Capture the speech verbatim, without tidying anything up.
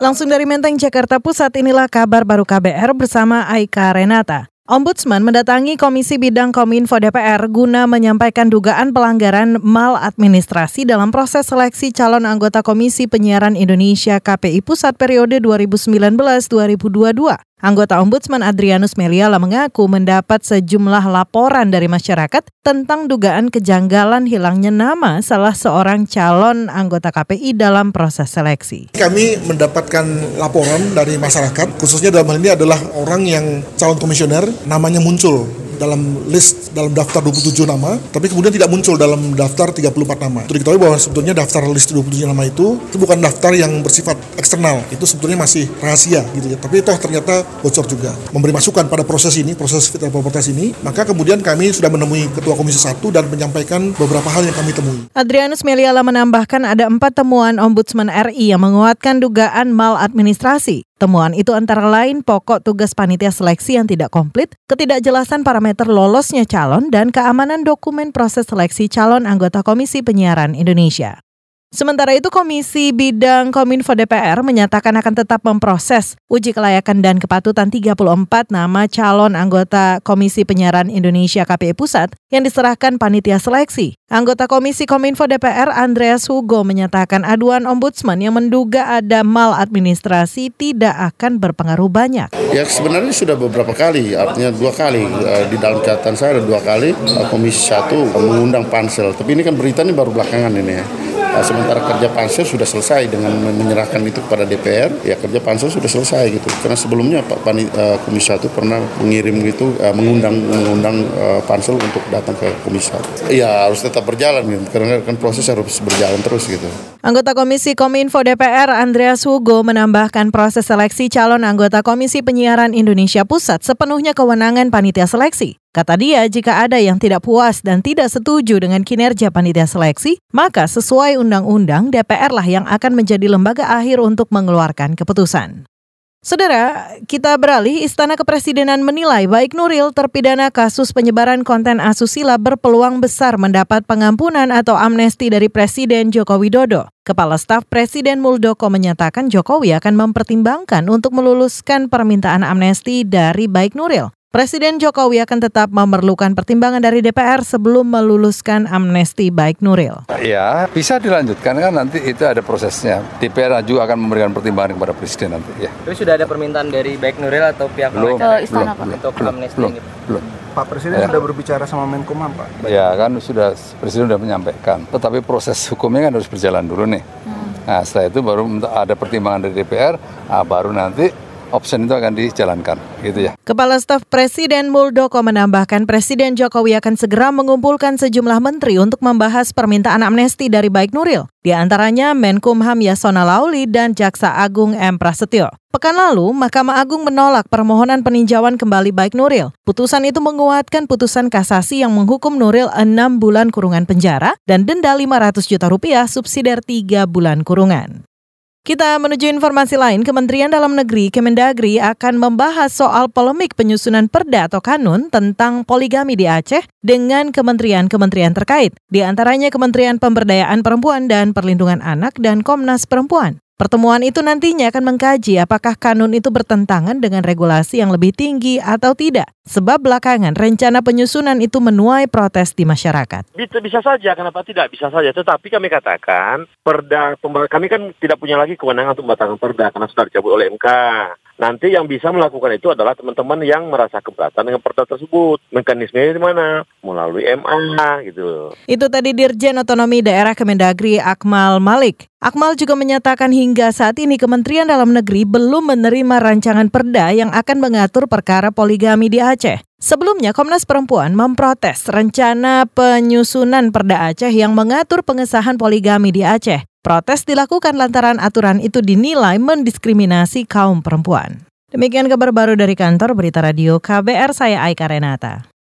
Langsung dari Menteng, Jakarta Pusat, inilah kabar baru K B R bersama Aika Renata. Ombudsman mendatangi Komisi Bidang Kominfo D P R guna menyampaikan dugaan pelanggaran maladministrasi dalam proses seleksi calon anggota Komisi Penyiaran Indonesia K P I Pusat periode dua ribu sembilan belas sampai dua ribu dua puluh dua. Anggota Ombudsman Adrianus Meliala mengaku mendapat sejumlah laporan dari masyarakat tentang dugaan kejanggalan hilangnya nama salah seorang calon anggota K P I dalam proses seleksi. Kami mendapatkan laporan dari masyarakat, khususnya dalam hal ini adalah orang yang calon komisioner namanya muncul dalam list, dalam daftar dua puluh tujuh nama, tapi kemudian tidak muncul dalam daftar tiga puluh empat nama. Itu diketahui bahwa sebetulnya daftar list dua puluh tujuh nama itu, itu bukan daftar yang bersifat eksternal, itu sebetulnya masih rahasia gitu ya. Tapi toh ternyata bocor juga. Memberi masukan pada proses ini, proses fit and proper test ini, maka kemudian kami sudah menemui Ketua Komisi satu dan menyampaikan beberapa hal yang kami temui. Adrianus Meliala menambahkan ada empat temuan Ombudsman R I yang menguatkan dugaan maladministrasi. Temuan itu antara lain pokok tugas panitia seleksi yang tidak komplit, ketidakjelasan parameter lolosnya calon, dan keamanan dokumen proses seleksi calon anggota Komisi Penyiaran Indonesia. Sementara itu, Komisi Bidang Kominfo D P R menyatakan akan tetap memproses uji kelayakan dan kepatutan tiga puluh empat nama calon anggota Komisi Penyiaran Indonesia K P I Pusat yang diserahkan panitia seleksi. Anggota Komisi Kominfo D P R Andreas Hugo menyatakan aduan Ombudsman yang menduga ada maladministrasi tidak akan berpengaruh banyak. Ya sebenarnya sudah beberapa kali, artinya dua kali. Di dalam catatan saya ada dua kali Komisi satu mengundang pansel, tapi ini kan berita ini baru belakangan ini ya. Sementara kerja pansel sudah selesai dengan menyerahkan itu kepada D P R, ya kerja pansel sudah selesai gitu. Karena sebelumnya Pak Pani, uh, Komisi satu pernah mengirim gitu, uh, mengundang mengundang uh, pansel untuk datang ke Komisi satu. Ya harus tetap berjalan gitu, karena kan proses harus berjalan terus gitu. Anggota Komisi Kominfo D P R Andreas Hugo menambahkan proses seleksi calon anggota Komisi Penyiaran Indonesia Pusat sepenuhnya kewenangan panitia seleksi. Kata dia, jika ada yang tidak puas dan tidak setuju dengan kinerja panitia seleksi, maka sesuai undang-undang D P R lah yang akan menjadi lembaga akhir untuk mengeluarkan keputusan. Saudara, kita beralih. Istana Kepresidenan menilai Baik Nuril, terpidana kasus penyebaran konten asusila, berpeluang besar mendapat pengampunan atau amnesti dari Presiden Joko Widodo. Kepala Staf Presiden Muldoko menyatakan Jokowi akan mempertimbangkan untuk meluluskan permintaan amnesti dari Baik Nuril. Presiden Jokowi akan tetap memerlukan pertimbangan dari D P R sebelum meluluskan amnesti Baik Nuril. Ya, bisa dilanjutkan kan nanti itu ada prosesnya. D P R juga akan memberikan pertimbangan kepada Presiden nanti. Ya. Terus sudah ada permintaan dari Baik Nuril atau pihak belum, ke istana belum, untuk belum, amnesti belum, ini? Belum. Pak Presiden ya. Sudah berbicara sama Menkumham, Pak? Ya kan sudah, Presiden sudah menyampaikan. Tetapi proses hukumnya kan harus berjalan dulu nih. Hmm. Nah setelah itu baru ada pertimbangan dari D P R, nah, baru nanti opsi itu akan dijalankan, gitu ya. Kepala Staf Presiden Muldoko menambahkan Presiden Jokowi akan segera mengumpulkan sejumlah menteri untuk membahas permintaan amnesti dari Baik Nuril. Di antaranya Menkumham Yasona Lauli dan Jaksa Agung M. Prasetyo. Pekan lalu, Mahkamah Agung menolak permohonan peninjauan kembali Baik Nuril. Putusan itu menguatkan putusan kasasi yang menghukum Nuril enam bulan kurungan penjara dan denda lima ratus juta rupiah subsidiar tiga bulan kurungan. Kita menuju informasi lain. Kementerian Dalam Negeri Kemendagri akan membahas soal polemik penyusunan perda atau kanun tentang poligami di Aceh dengan kementerian-kementerian terkait, di antaranya Kementerian Pemberdayaan Perempuan dan Perlindungan Anak dan Komnas Perempuan. Pertemuan itu nantinya akan mengkaji apakah kanun itu bertentangan dengan regulasi yang lebih tinggi atau tidak. Sebab belakangan rencana penyusunan itu menuai protes di masyarakat. Bisa, bisa saja, kenapa tidak? Bisa saja. Tetapi kami katakan, perda kami kan tidak punya lagi kewenangan untuk membatalkan perda karena sudah dicabut oleh M K. Nanti yang bisa melakukan itu adalah teman-teman yang merasa keberatan dengan perda tersebut. Mekanismenya di mana? Melalui M A gitu. Itu tadi Dirjen Otonomi Daerah Kemendagri Akmal Malik. Akmal juga menyatakan hingga saat ini Kementerian Dalam Negeri belum menerima rancangan perda yang akan mengatur perkara poligami di Aceh. Sebelumnya Komnas Perempuan memprotes rencana penyusunan perda Aceh yang mengatur pengesahan poligami di Aceh. Protes dilakukan lantaran aturan itu dinilai mendiskriminasi kaum perempuan. Demikian kabar baru dari kantor Berita Radio K B R, saya Aika Renata.